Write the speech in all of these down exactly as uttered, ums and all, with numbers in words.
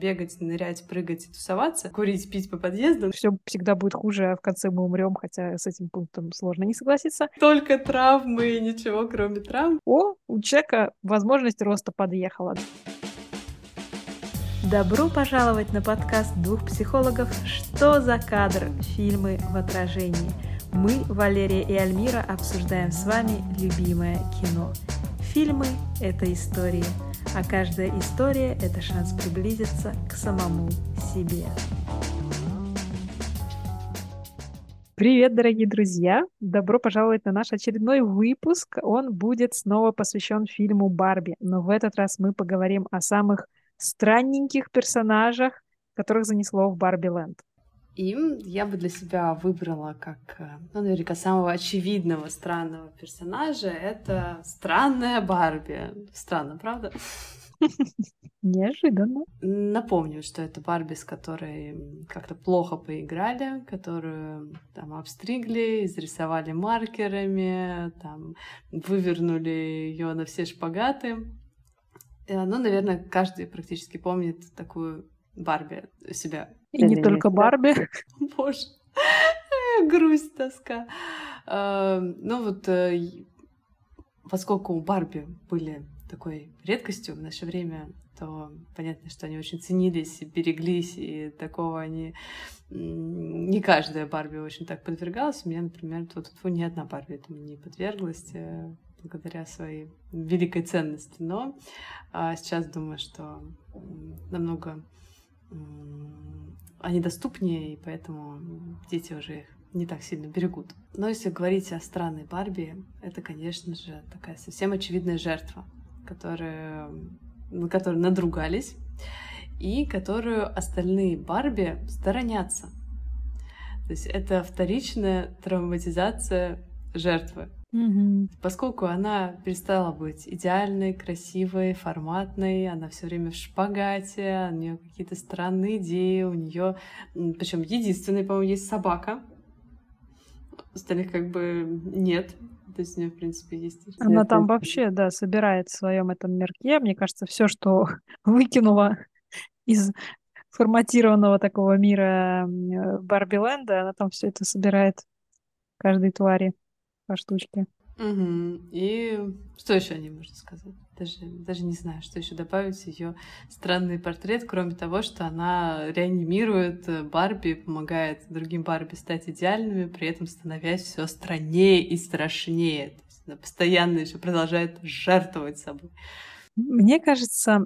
бегать, нырять, прыгать и тусоваться, курить, пить по подъездам. Все всегда будет хуже, а в конце мы умрем, хотя с этим пунктом сложно не согласиться. Только травмы и ничего, кроме травм. О, у человека возможность роста подъехала. Добро пожаловать на подкаст двух психологов «Что за кадр? Фильмы в отражении». Мы, Валерия и Альмира, обсуждаем с вами любимое кино. Фильмы – это истории, а каждая история – это шанс приблизиться к самому себе. Привет, дорогие друзья! Добро пожаловать на наш очередной выпуск. Он будет снова посвящен фильму «Барби», но в этот раз мы поговорим о самых странненьких персонажах, которых занесло в Барби-ленд. И я бы для себя выбрала как, ну, наверняка, самого очевидного странного персонажа. Это странная Барби. Странно, правда? Неожиданно. Напомню, что это Барби, с которой как-то плохо поиграли, которую там обстригли, изрисовали маркерами, там вывернули ее на все шпагаты. Ну, наверное, каждый практически помнит такую Барби у себя. И не только Барби. Боже, грусть, тоска. Ну вот, поскольку у Барби были такой редкостью в наше время, то понятно, что они очень ценились и береглись, и такого они... Не каждая Барби очень так подвергалась. У меня, например, тут, тут ни одна Барби этому не подверглась благодаря своей великой ценности. Но а, сейчас думаю, что намного они доступнее, и поэтому дети уже их не так сильно берегут. Но если говорить о странной Барби, это, конечно же, такая совсем очевидная жертва, которая, на которую надругались, и которую остальные Барби сторонятся. То есть это вторичная травматизация жертвы. Mm-hmm. Поскольку она перестала быть идеальной, красивой, форматной, она все время в шпагате, у нее какие-то странные идеи, у нее, причем единственная, по-моему, есть собака, остальных как бы нет. То есть у нее, в принципе, есть... Она там вообще, да, собирает в своем этом мирке. Мне кажется, все, что выкинула из форматированного такого мира Барби-ленда, она там все это собирает каждой твари по штучке. Угу. И что еще о ней можно сказать? Даже, даже не знаю, что еще добавить в ее странный портрет, кроме того, что она реанимирует Барби, помогает другим Барби стать идеальными, при этом становясь все страннее и страшнее. То есть она постоянно еще продолжает жертвовать собой. Мне кажется,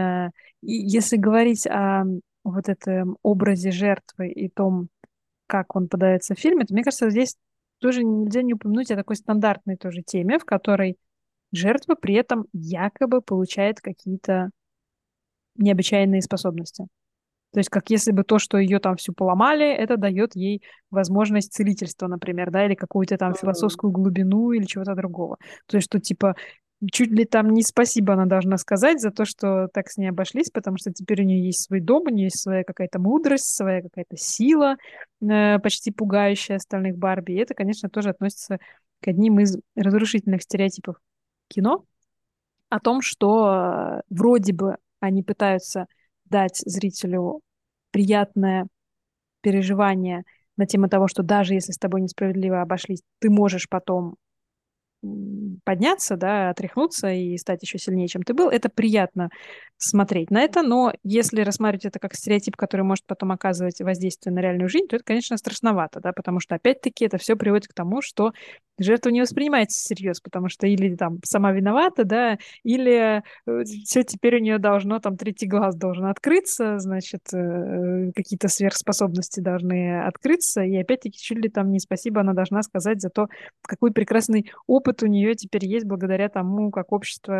если говорить о вот этом образе жертвы и том, как он подается в фильме, то мне кажется, здесь тоже нельзя не упомянуть о такой стандартной тоже теме, в которой жертва при этом якобы получает какие-то необычайные способности. То есть как если бы то, что ее там всю поломали, это дает ей возможность целительства, например, да, или какую-то там философскую глубину или чего-то другого. То есть что типа чуть ли там не спасибо она должна сказать за то, что так с ней обошлись, потому что теперь у нее есть свой дом, у нее есть своя какая-то мудрость, своя какая-то сила, э, почти пугающая остальных Барби. И это, конечно, тоже относится к одним из разрушительных стереотипов кино о том, что э, вроде бы они пытаются дать зрителю приятное переживание на тему того, что даже если с тобой несправедливо обошлись, ты можешь потом подняться, да, отряхнуться и стать еще сильнее, чем ты был. Это приятно смотреть на это, но если рассматривать это как стереотип, который может потом оказывать воздействие на реальную жизнь, то это, конечно, страшновато, да, потому что, опять-таки, это все приводит к тому, что жертва не воспринимается всерьез, потому что или там сама виновата, да, или все теперь у нее должно, там, третий глаз должен открыться, значит, какие-то сверхспособности должны открыться, и опять-таки, чуть ли там не спасибо она должна сказать за то, какой прекрасный опыт у нее теперь есть благодаря тому, как общество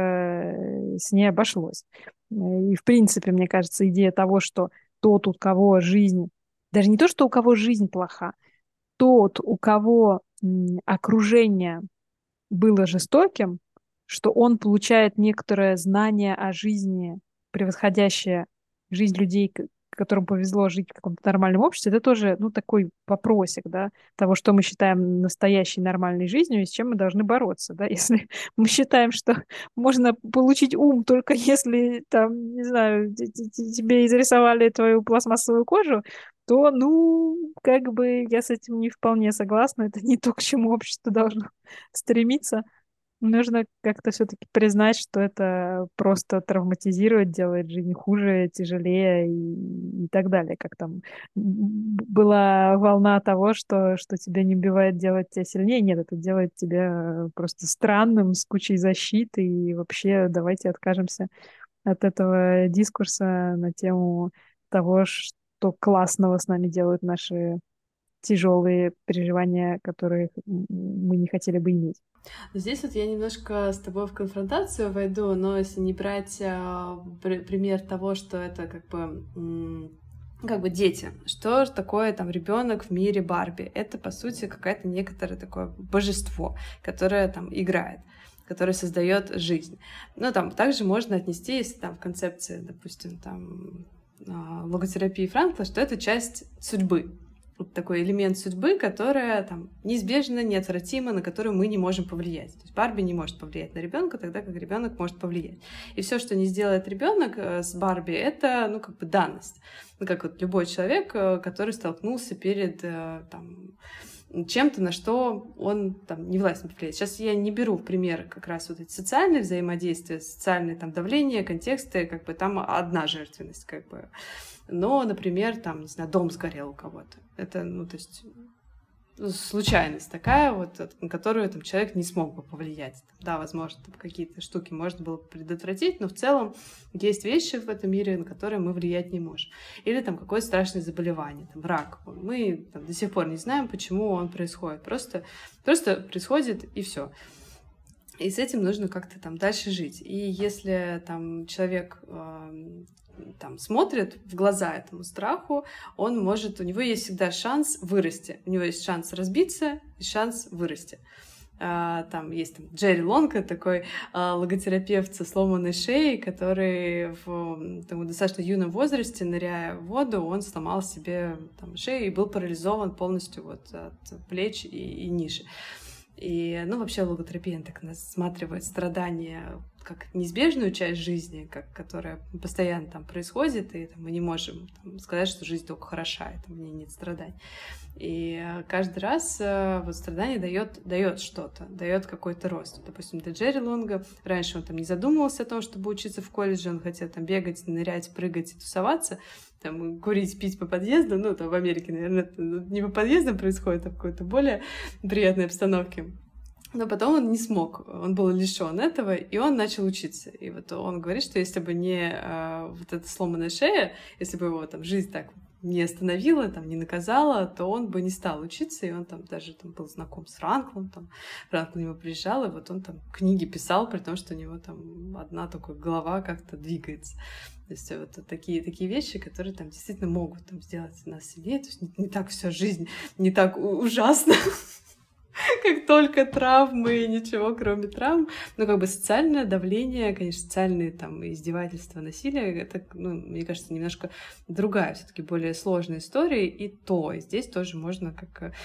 с ней обошлось. И, в принципе, мне кажется, идея того, что тот, у кого жизнь, даже не то, что у кого жизнь плоха, тот, у кого м, окружение было жестоким, что он получает некоторое знание о жизни, превосходящее жизнь людей, которым повезло жить в каком-то нормальном обществе, это тоже, ну, такой вопросик, да, того, что мы считаем настоящей нормальной жизнью и с чем мы должны бороться, да, если мы считаем, что можно получить ум только если, там, не знаю, тебе изрисовали твою пластмассовую кожу, то, ну, как бы я с этим не вполне согласна, это не то, к чему общество должно стремиться. Нужно как-то все-таки признать, что это просто травматизирует, делает жизнь хуже, тяжелее и, и так далее. Как там была волна того, что, что тебя не убивает, делать тебя сильнее. Нет, это делает тебя просто странным, с кучей защиты. И вообще давайте откажемся от этого дискурса на тему того, что классного с нами делают наши тяжелые переживания, которые мы не хотели бы иметь. Здесь вот я немножко с тобой в конфронтацию войду, но если не брать а, при, пример того, что это как бы, м, как бы дети, что такое там ребенок в мире Барби? Это, по сути, какое-то некоторое такое божество, которое там играет, которое создает жизнь. Ну, там также можно отнести, если там в концепции, допустим, там логотерапии Франкла, что это часть судьбы. Вот такой элемент судьбы, которая там неизбежно, неотвратимо, на которую мы не можем повлиять. То есть Барби не может повлиять на ребенка, тогда как ребенок может повлиять. И все, что не сделает ребенок с Барби, это, ну, как бы данность. Ну, как вот любой человек, который столкнулся перед там, чем-то, на что он там не властен повлиять. Сейчас я не беру в пример как раз вот эти социальные взаимодействия, социальные там давления, контексты, как бы там одна жертвенность, как бы. Но, например, там, не знаю, дом сгорел у кого-то. Это, ну, то есть случайность такая, вот, на которую там человек не смог бы повлиять. Да, возможно, там какие-то штуки можно было предотвратить, но в целом есть вещи в этом мире, на которые мы влиять не можем. Или там какое-то страшное заболевание, там рак. Мы там, до сих пор не знаем, почему он происходит. Просто, просто происходит, и все. И с этим нужно как-то там дальше жить. И если там человек э, там смотрит в глаза этому страху, он может, у него есть всегда шанс вырасти. У него есть шанс разбиться и шанс вырасти. Uh, там есть там, Джерри Лонг, такой uh, логотерапевт со сломанной шеей, который в там, достаточно юном возрасте, ныряя в воду, он сломал себе там, шею и был парализован полностью вот, от плеч и, и ниже. И, ну, вообще логотерапия так рассматривает страдания как неизбежную часть жизни, как, которая постоянно там происходит, и там, мы не можем там, сказать, что жизнь только хороша, и там, в ней нет страданий. И каждый раз вот страдание дает, дает что-то, дает какой-то рост. Допустим, для Джерри Лонга раньше он там не задумывался о том, чтобы учиться в колледже, он хотел там бегать, нырять, прыгать и тусоваться, там, курить, пить по подъезду, ну, там в Америке, наверное, это не по подъездам происходит, а в какой-то более приятной обстановке. Но потом он не смог, он был лишён этого, и он начал учиться. И вот он говорит, что если бы не э, вот эта сломанная шея, если бы его там жизнь так не остановила, там, не наказала, то он бы не стал учиться, и он там даже там, был знаком с Франклом, там, Франкл к нему приезжал, и вот он там книги писал, при том, что у него там одна такая голова как-то двигается. То есть вот такие, такие вещи, которые там действительно могут там, сделать нас сильнее, то есть не, не так вся жизнь, не так ужасно, как только травмы и ничего, кроме травм. Ну, как бы социальное давление, конечно, социальные там издевательства, насилие, это, ну, мне кажется, немножко другая, все-таки более сложная история, и то, и здесь тоже можно как...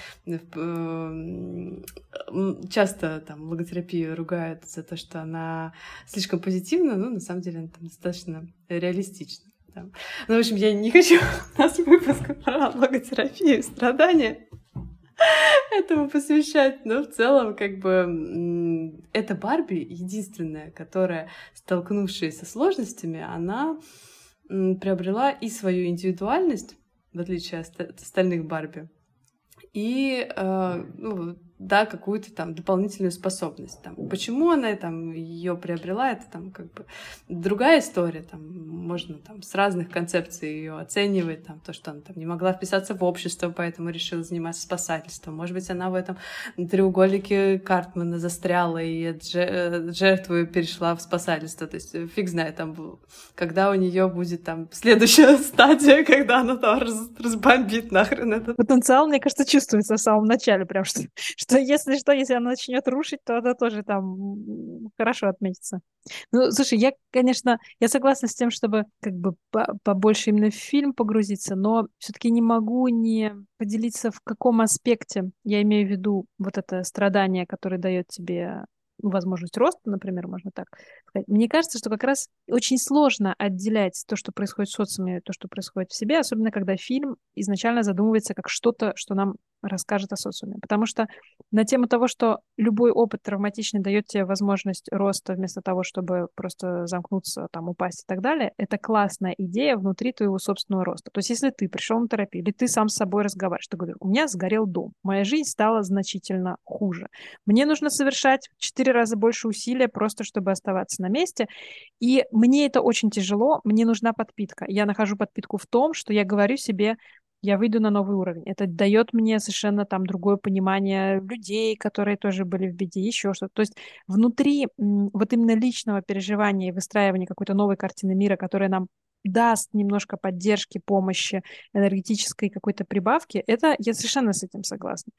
Часто там логотерапию ругают за то, что она слишком позитивна, но на самом деле она там достаточно реалистична. Да. Ну, в общем, я не хочу у нас выпуск про логотерапию и страдания этому посвящать, но в целом, как бы, эта Барби единственная, которая, столкнувшись со сложностями, она приобрела и свою индивидуальность, в отличие от остальных Барби, и, э, ну, да, какую-то там дополнительную способность. Там, почему она там ее приобрела, это там как бы другая история. Там можно там с разных концепций ее оценивать. Там, то, что она там не могла вписаться в общество, поэтому решила заниматься спасательством. Может быть, она в этом треугольнике Картмана застряла и от жертвы перешла в спасательство. То есть фиг знает, там, когда у нее будет там следующая стадия, когда она там раз, разбомбит нахрен этот. Потенциал, мне кажется, чувствуется в самом начале, прям что, что что если что, если она начнет рушить, то это тоже там хорошо отметится. Ну, слушай, я, конечно, я согласна с тем, чтобы как бы по- побольше именно в фильм погрузиться, но все-таки не могу не поделиться, в каком аспекте я имею в виду вот это страдание, которое дает тебе ну, возможность роста, например, можно так сказать. Мне кажется, что как раз очень сложно отделять то, что происходит в социуме, и то, что происходит в себе, особенно когда фильм изначально задумывается как что-то, что нам расскажет о социуме. Потому что на тему того, что любой опыт травматичный дает тебе возможность роста вместо того, чтобы просто замкнуться, там, упасть и так далее, это классная идея внутри твоего собственного роста. То есть если ты пришел на терапию, или ты сам с собой разговариваешь, ты говоришь, у меня сгорел дом, моя жизнь стала значительно хуже. Мне нужно совершать в четыре раза больше усилия просто, чтобы оставаться на месте. И мне это очень тяжело, мне нужна подпитка. Я нахожу подпитку в том, что я говорю себе, я выйду на новый уровень. Это дает мне совершенно там другое понимание людей, которые тоже были в беде, еще что-то. То есть внутри м, вот именно личного переживания и выстраивания какой-то новой картины мира, которая нам даст немножко поддержки, помощи, энергетической какой-то прибавки, это я совершенно с этим согласна.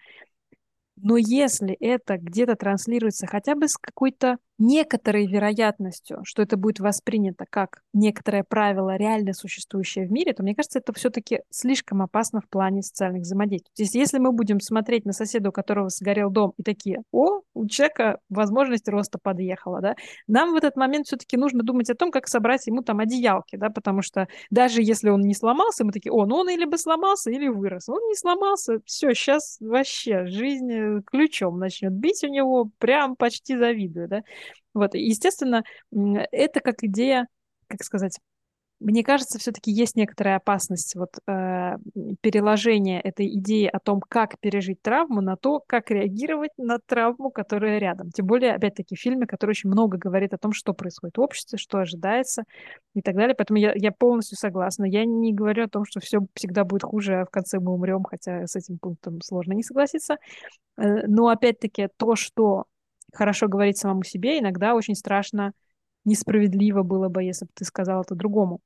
Но если это где-то транслируется хотя бы с какой-то некоторой вероятностью, что это будет воспринято как некоторое правило, реально существующее в мире, то мне кажется, это все-таки слишком опасно в плане социальных взаимодействий. То есть если мы будем смотреть на соседа, у которого сгорел дом, и такие, о, у человека возможность роста подъехала, да, нам в этот момент все-таки нужно думать о том, как собрать ему там одеялки, да, потому что даже если он не сломался, мы такие, о, ну он или бы сломался, или вырос. Он не сломался, все, сейчас вообще жизнь ключом начнет бить у него, прям почти завидую, да. Вот, и, естественно, это как идея, как сказать, мне кажется, все-таки есть некоторая опасность вот, э, переложения этой идеи о том, как пережить травму, на то, как реагировать на травму, которая рядом. Тем более, опять-таки, в фильме, который очень много говорит о том, что происходит в обществе, что ожидается и так далее. Поэтому я, я полностью согласна. Я не говорю о том, что все всегда будет хуже, а в конце мы умрем, хотя с этим пунктом сложно не согласиться. Э, но, опять-таки, то, что хорошо говорить самому себе, иногда очень страшно, несправедливо было бы, если бы ты сказал это другому.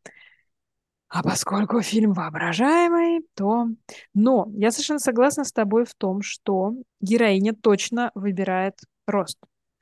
А поскольку фильм воображаемый, то... Но я совершенно согласна с тобой в том, что героиня точно выбирает рост.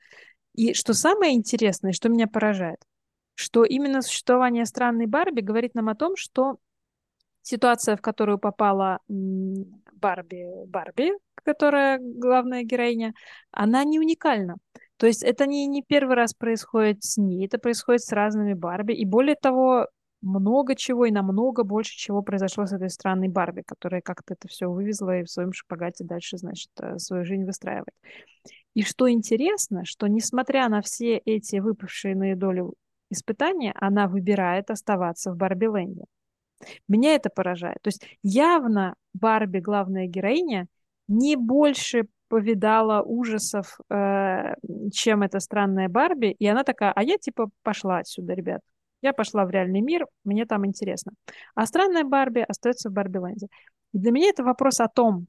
И что самое интересное, что меня поражает, что именно существование странной Барби говорит нам о том, что ситуация, в которую попала м, Барби, Барби, которая главная героиня, она не уникальна. То есть это не, не первый раз происходит с ней, это происходит с разными Барби. И более того, много чего и намного больше чего произошло с этой странной Барби, которая как-то это все вывезла и в своем шпагате дальше, значит, э, свою жизнь выстраивает. И что интересно, что несмотря на все эти выпавшие на ее долю испытания, она выбирает оставаться в Барби-ленде. Меня это поражает. То есть явно Барби, главная героиня, не больше повидала ужасов, э, чем эта странная Барби, и она такая, а я типа пошла отсюда, ребят. Я пошла в реальный мир, мне там интересно. А странная Барби остается в Барби-ленде. И для меня это вопрос о том,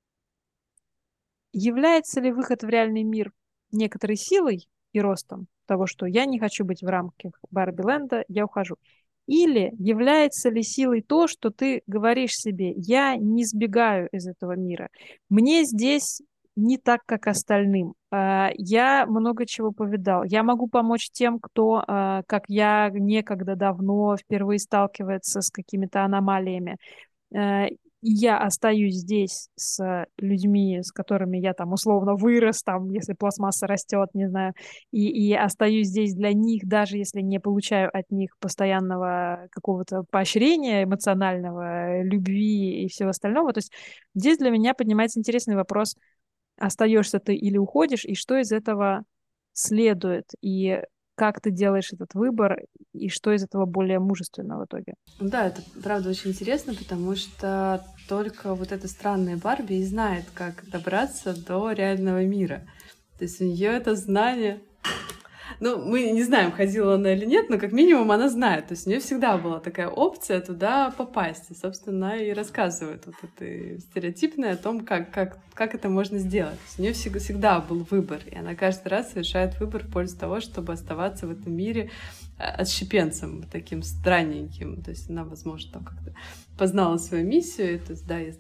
является ли выход в реальный мир некоторой силой и ростом того, что я не хочу быть в рамках Барби-ленда, я ухожу. Или является ли силой то, что ты говоришь себе, я не сбегаю из этого мира, мне здесь не так, как остальным. А, Я много чего повидал. Я могу помочь тем, кто, а, как я, некогда давно впервые сталкивается с какими-то аномалиями. Э, И я остаюсь здесь с людьми, с которыми я там условно вырос, там, если пластмасса растет, не знаю, и, и остаюсь здесь для них, даже если не получаю от них постоянного какого-то поощрения эмоционального, любви и всего остального. То есть здесь для меня поднимается интересный вопрос, остаешься ты или уходишь, и что из этого следует, и как ты делаешь этот выбор, и что из этого более мужественно в итоге. Да, это правда очень интересно, потому что только вот эта странная Барби и знает, как добраться до реального мира. То есть у нее это знание... Ну, мы не знаем, ходила она или нет, но как минимум она знает. То есть у нее всегда была такая опция туда попасть. И, собственно, она и рассказывает вот это стереотипное о том, как, как, как это можно сделать. То есть у нее всегда, всегда был выбор. И она каждый раз совершает выбор в пользу того, чтобы оставаться в этом мире отщепенцем, таким странненьким. То есть она, возможно, там как-то познала свою миссию. И, то есть, да, я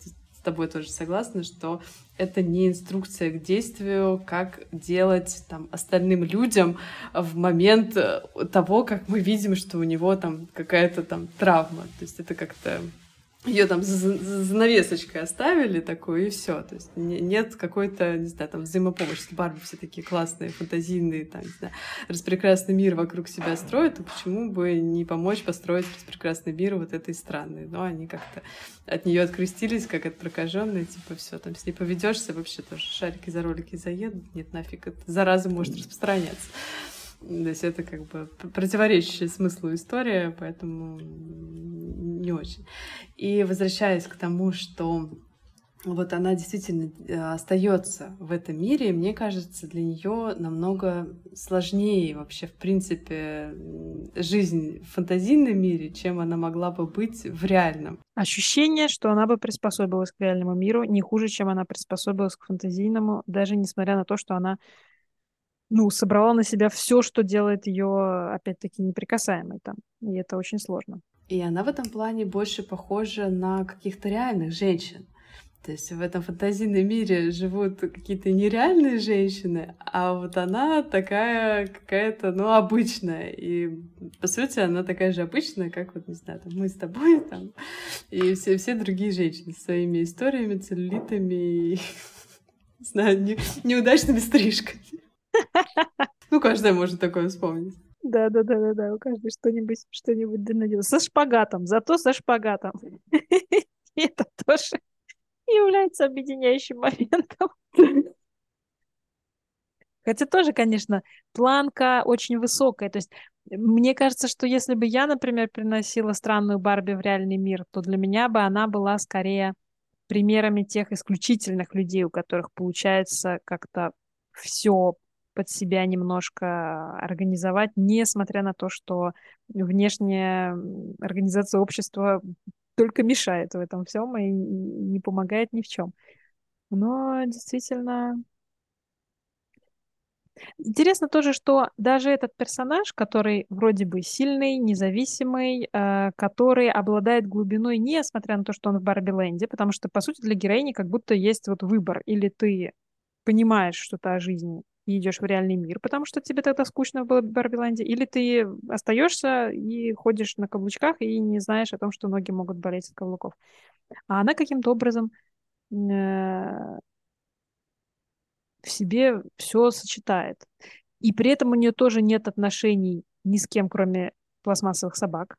тобой тоже согласна, что это не инструкция к действию, как делать там остальным людям в момент того, как мы видим, что у него там какая-то там травма. То есть это как-то ее там за занавесочкой оставили такую, и все. То есть нет какой-то, не знаю, там взаимопомощи. Барби все такие классные, фантазийные, там, не знаю, распрекрасный мир вокруг себя строят, то почему бы не помочь построить распрекрасный мир вот этой страны? Но они как-то от нее открестились, как от прокаженной, типа, все, там с ней поведешься, вообще тоже шарики за ролики заедут, нет, нафиг, эта зараза может распространяться. То есть это как бы противоречащая смыслу история, поэтому не очень. И возвращаясь к тому, что вот она действительно остается в этом мире, мне кажется, для нее намного сложнее вообще, в принципе, жизнь в фантазийном мире, чем она могла бы быть в реальном. Ощущение, что она бы приспособилась к реальному миру не хуже, чем она приспособилась к фантазийному, даже несмотря на то, что она ну, собрала на себя все, что делает ее, опять-таки, неприкасаемой там. И это очень сложно. И она в этом плане больше похожа на каких-то реальных женщин. То есть в этом фантазийном мире живут какие-то нереальные женщины, а вот она такая какая-то, ну, обычная. И, по сути, она такая же обычная, как, вот, не знаю, там, мы с тобой, там, и все, все другие женщины с своими историями, целлюлитами и, не знаю, не, неудачными стрижками. Ну, каждая может такое вспомнить. Да, да, да, да, да. У каждой что-нибудь, что-нибудь да найдёт. Со шпагатом, зато со шпагатом. Это тоже является объединяющим моментом. Хотя тоже, конечно, планка очень высокая. То есть мне кажется, что если бы я, например, приносила странную Барби в реальный мир, то для меня бы она была скорее примерами тех исключительных людей, у которых получается как-то все под себя немножко организовать, несмотря на то, что внешняя организация общества только мешает в этом всем и не помогает ни в чем. Но действительно интересно тоже, что даже этот персонаж, который вроде бы сильный, независимый, э, который обладает глубиной, несмотря на то, что он в Барби-ленде, потому что, по сути, для героини как будто есть вот выбор. Или ты понимаешь что-то о жизни и идешь в реальный мир, потому что тебе тогда скучно в Барби-ленде, или ты остаешься и ходишь на каблучках и не знаешь о том, что ноги могут болеть от каблуков. А она каким-то образом э, в себе все сочетает. И при этом у нее тоже нет отношений ни с кем, кроме пластмассовых собак.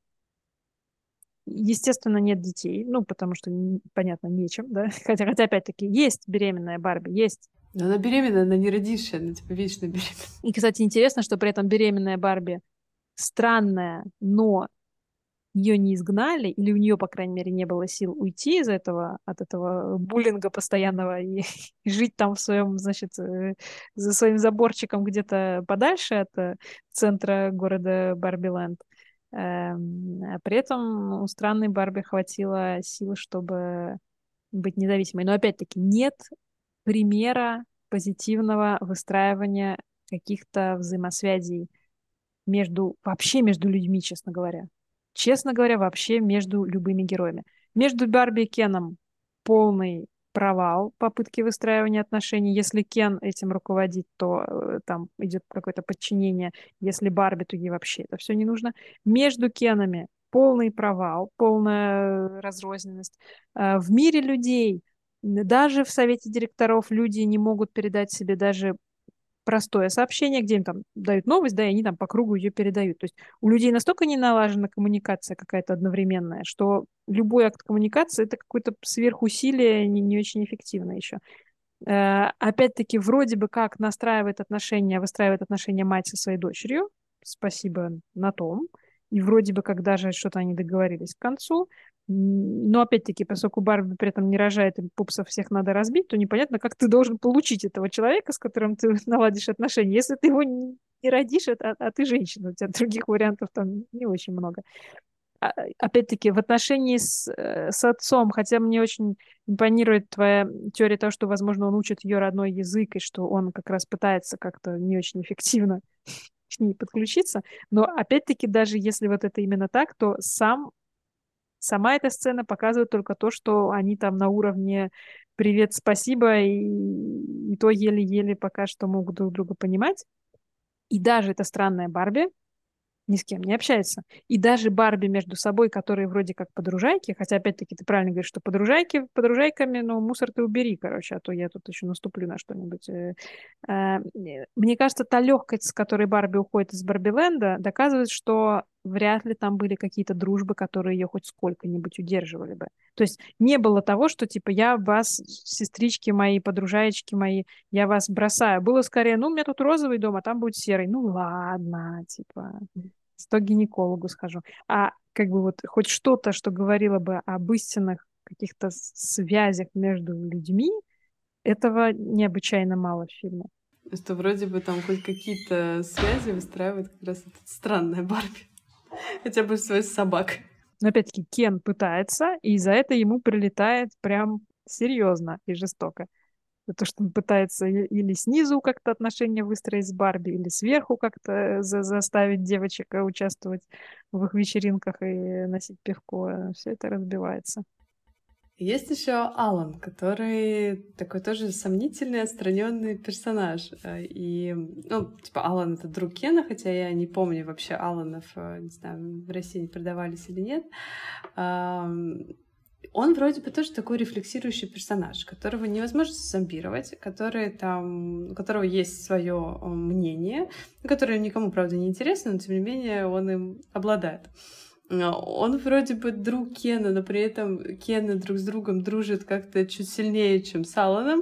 Естественно, нет детей, ну, потому что, понятно, нечем, да. Хотя, хотя опять-таки, есть беременная Барби, есть. Но она беременная, она не родившая, она типа вечно беременная. И, кстати, интересно, что при этом беременная Барби странная, но ее не изгнали, или у нее, по крайней мере, не было сил уйти из этого, от этого буллинга постоянного и, и жить там в своем, значит, э, за своим заборчиком где-то подальше от э, центра города Барби-ленд. Эм, а при этом у странной Барби хватило сил, чтобы быть независимой. Но опять-таки нет примера позитивного выстраивания каких-то взаимосвязей между, вообще между людьми, честно говоря. Честно говоря, вообще между любыми героями. Между Барби и Кеном полный провал попытки выстраивания отношений. Если Кен этим руководит, то э, там идет какое-то подчинение. Если Барби, то ей вообще это все не нужно. Между Кенами полный провал, полная разрозненность. Э, в мире людей, даже в совете директоров люди не могут передать себе даже простое сообщение, где им там дают новость, да, и они там по кругу ее передают. То есть у людей настолько не налажена коммуникация какая-то одновременная, что любой акт коммуникации — это какое-то сверхусилие, не, не очень эффективное еще. Э, опять-таки, вроде бы как настраивает отношения, выстраивает отношения мать со своей дочерью, спасибо на том, и вроде бы как даже что-то они договорились к концу. Но опять-таки, поскольку Барби при этом не рожает, и пупсов всех надо разбить, то непонятно, как ты должен получить этого человека, с которым ты наладишь отношения. Если ты его не родишь, а, а ты женщина, у тебя других вариантов там не очень много. А, опять-таки, в отношении с, с отцом, хотя мне очень импонирует твоя теория того, что, возможно, он учит ее родной язык, и что он как раз пытается как-то не очень эффективно к ней подключиться, но опять-таки, даже если вот это именно так, то сам сама эта сцена показывает только то, что они там на уровне «привет, спасибо», и, и то еле-еле пока что могут друг друга понимать. И даже эта странная Барби ни с кем не общается. И даже Барби между собой, которые вроде как подружайки, хотя, опять-таки, ты правильно говоришь, что подружайки подружайками, но мусор ты убери, короче, а то я тут еще наступлю на что-нибудь. Э, э, Мне кажется, та легкость, с которой Барби уходит из Барбиленда, доказывает, что вряд ли там были какие-то дружбы, которые ее хоть сколько-нибудь удерживали бы. То есть не было того, что, типа, я вас, сестрички мои, подружаечки мои, я вас бросаю. Было скорее, ну, у меня тут розовый дом, а там будет серый. Ну, ладно, типа... сто гинекологу схожу. А как бы вот хоть что-то, что говорило бы об истинных каких-то связях между людьми, этого необычайно мало в фильме. Что вроде бы там хоть какие-то связи выстраивает как раз эта странная Барби. Хотя бы свою собак. Но опять-таки Кен пытается, и за это ему прилетает прям серьезно и жестоко. За то, что он пытается или снизу как-то отношения выстроить с Барби, или сверху как-то за заставить девочек участвовать в их вечеринках и носить пивко. Все это разбивается. Есть еще Алан, который такой тоже сомнительный, отстраненный персонаж. И, ну, типа, Алан — это друг Кена, хотя я не помню вообще Аланов, не знаю, в России не продавались или нет. Он вроде бы тоже такой рефлексирующий персонаж, которого невозможно зомбировать, который там, у которого есть свое мнение, которое никому, правда, не интересно, но тем не менее он им обладает. Он вроде бы друг Кена, но при этом Кена друг с другом дружит как-то чуть сильнее, чем с Аланом.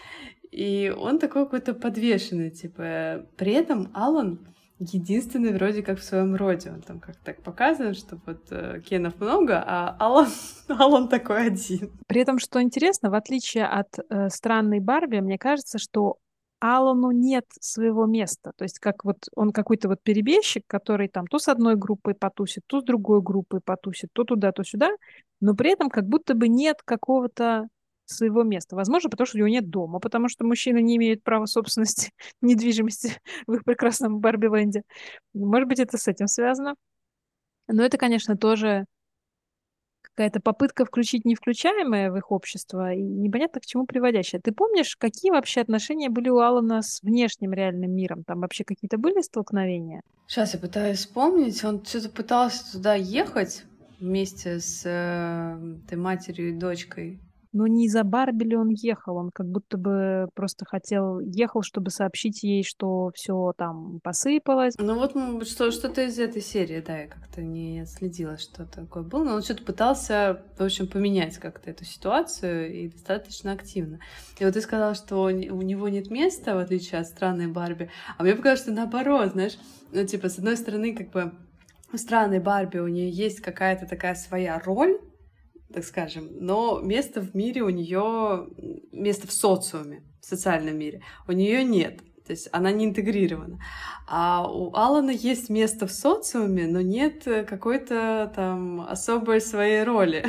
И он такой какой-то подвешенный, типа. При этом Алан единственный вроде как в своем роде. Он там как-то так показан, что вот э, Кенов много, а Алан, Алан такой один. При этом, что интересно, в отличие от э, странной Барби, мне кажется, что Алану нет своего места. То есть как вот он какой-то вот перебежчик, который там то с одной группой потусит, то с другой группой потусит, то туда, то сюда, но при этом как будто бы нет какого-то своего места. Возможно, потому что у него нет дома, потому что мужчины не имеют права собственности недвижимости в их прекрасном Барби-ленде. Может быть, это с этим связано. Но это, конечно, тоже какая-то попытка включить невключаемое в их общество и непонятно к чему приводящая. Ты помнишь, какие вообще отношения были у Алана с внешним реальным миром? Там вообще какие-то были столкновения? Сейчас я пытаюсь вспомнить. Он что-то пытался туда ехать вместе с э, этой матерью и дочкой. Но не из-за Барби ли он ехал? Он как будто бы просто хотел, ехал, чтобы сообщить ей, что все там посыпалось. Ну вот что, что-то из этой серии, да, я как-то не отследила, что такое было. Но он что-то пытался, в общем, поменять как-то эту ситуацию и достаточно активно. И вот ты сказала, что у него нет места, в отличие от странной Барби. А мне показалось, что наоборот, знаешь, ну типа, с одной стороны, как бы у странной Барби у нее есть какая-то такая своя роль, так скажем, но место в мире у нее, место в социуме, в социальном мире, у нее нет. То есть она не интегрирована. А у Алана есть место в социуме, но нет какой-то там особой своей роли.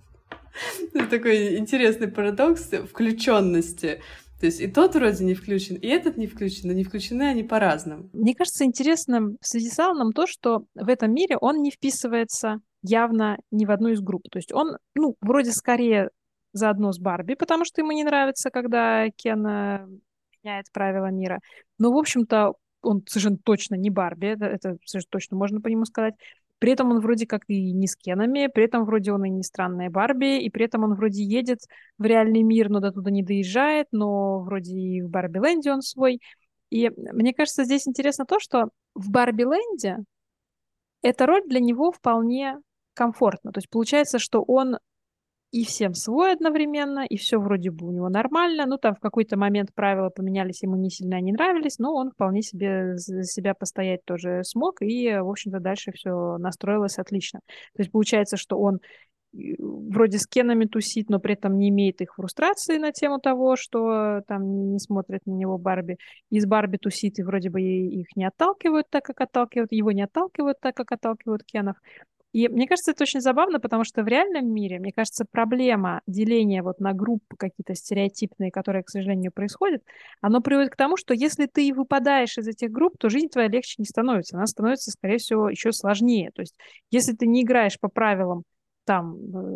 Такой интересный парадокс включенности. То есть и тот вроде не включен, и этот не включен, но не включены они по-разному. Мне кажется интересным в связи с Аланом то, что в этом мире он не вписывается явно ни в одну из групп. То есть он, ну, вроде скорее заодно с Барби, потому что ему не нравится, когда Кен меняет правила мира. Но, в общем-то, он совершенно точно не Барби, это, это совершенно точно можно по нему сказать. При этом он вроде как и не с Кенами, при этом вроде он и не странная Барби, и при этом он вроде едет в реальный мир, но до туда не доезжает, но вроде и в Барби-ленде он свой. И мне кажется, здесь интересно то, что в Барби-ленде эта роль для него вполне комфортна. То есть получается, что он и всем свой одновременно, и все вроде бы у него нормально. Ну, там в какой-то момент правила поменялись, ему не сильно не нравились, но он вполне себе за себя постоять тоже смог, и, в общем-то, дальше все настроилось отлично. То есть получается, что он вроде с Кенами тусит, но при этом не имеет их фрустрации на тему того, что там не смотрит на него Барби. И с Барби тусит, и вроде бы их не отталкивают так, как отталкивают, его не отталкивают так, как отталкивают Кенов. И мне кажется, это очень забавно, потому что в реальном мире, мне кажется, проблема деления вот на группы какие-то стереотипные, которые, к сожалению, происходят, оно приводит к тому, что если ты выпадаешь из этих групп, то жизнь твоя легче не становится. Она становится, скорее всего, еще сложнее. То есть если ты не играешь по правилам там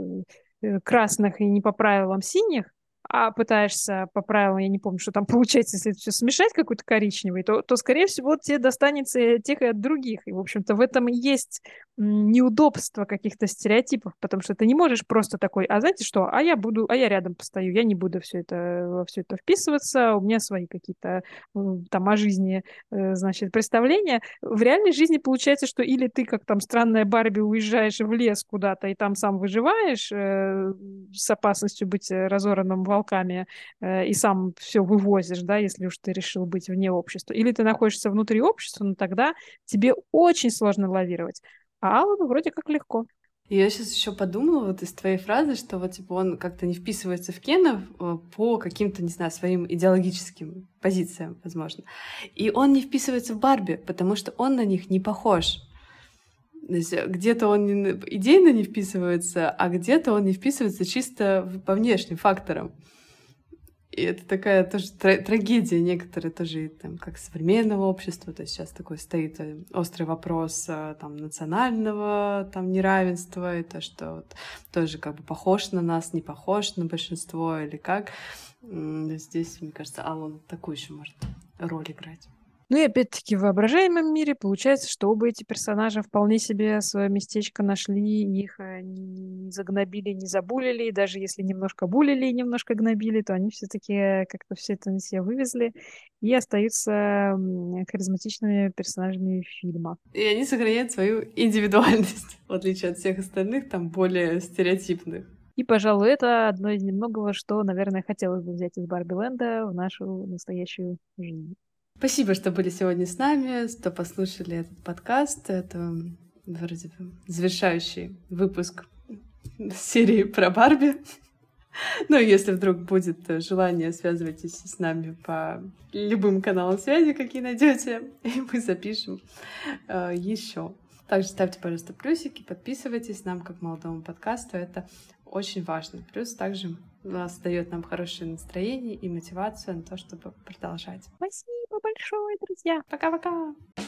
э, красных и не по правилам синих, а пытаешься по правилам, я не помню, что там получается, если это все смешать какой-то коричневый, то, то, скорее всего, тебе достанется и от тех и от других. И, в общем-то, в этом и есть неудобство каких-то стереотипов, потому что ты не можешь просто такой, а знаете что, а я буду, а я рядом постою, я не буду все это, во все это вписываться, у меня свои какие-то там о жизни, значит, представления. В реальной жизни получается, что или ты, как там странная Барби, уезжаешь в лес куда-то и там сам выживаешь э, с опасностью быть разорванным волками э, и сам все вывозишь, да, если уж ты решил быть вне общества. Или ты находишься внутри общества, но тогда тебе очень сложно лавировать. А Аллану вроде как легко. Я сейчас еще подумала вот из твоей фразы, что вот типа он как-то не вписывается в Кена по каким-то, не знаю, своим идеологическим позициям, возможно. И он не вписывается в Барби, потому что он на них не похож. То есть где-то он идейно не вписывается, а где-то он не вписывается чисто по внешним факторам. И это такая тоже тр- трагедия некоторые тоже там, как современного общества. То есть сейчас такой стоит острый вопрос там, национального там, неравенства, и то, что вот, тоже как бы похож на нас, не похож на большинство или как. Здесь, мне кажется, Аллан такую еще может роль играть. Ну и опять-таки в воображаемом мире получается, что оба эти персонажа вполне себе свое местечко нашли, их не загнобили, не забулили, и даже если немножко булили и немножко гнобили, то они все-таки как-то все это на себя вывезли и остаются харизматичными персонажами фильма. И они сохраняют свою индивидуальность, в отличие от всех остальных, там более стереотипных. И, пожалуй, это одно из немногого, что, наверное, хотелось бы взять из Барби-ленда в нашу настоящую жизнь. Спасибо, что были сегодня с нами, что послушали этот подкаст. Это вроде бы завершающий выпуск серии про Барби. Ну, если вдруг будет желание, связывайтесь с нами по любым каналам связи, какие найдете, и мы запишем э, еще. Также ставьте, пожалуйста, плюсики, подписывайтесь нам как молодому подкасту. Это очень важно. Плюс также нас дает нам хорошее настроение и мотивацию на то, чтобы продолжать. Спасибо большое, друзья. Пока-пока.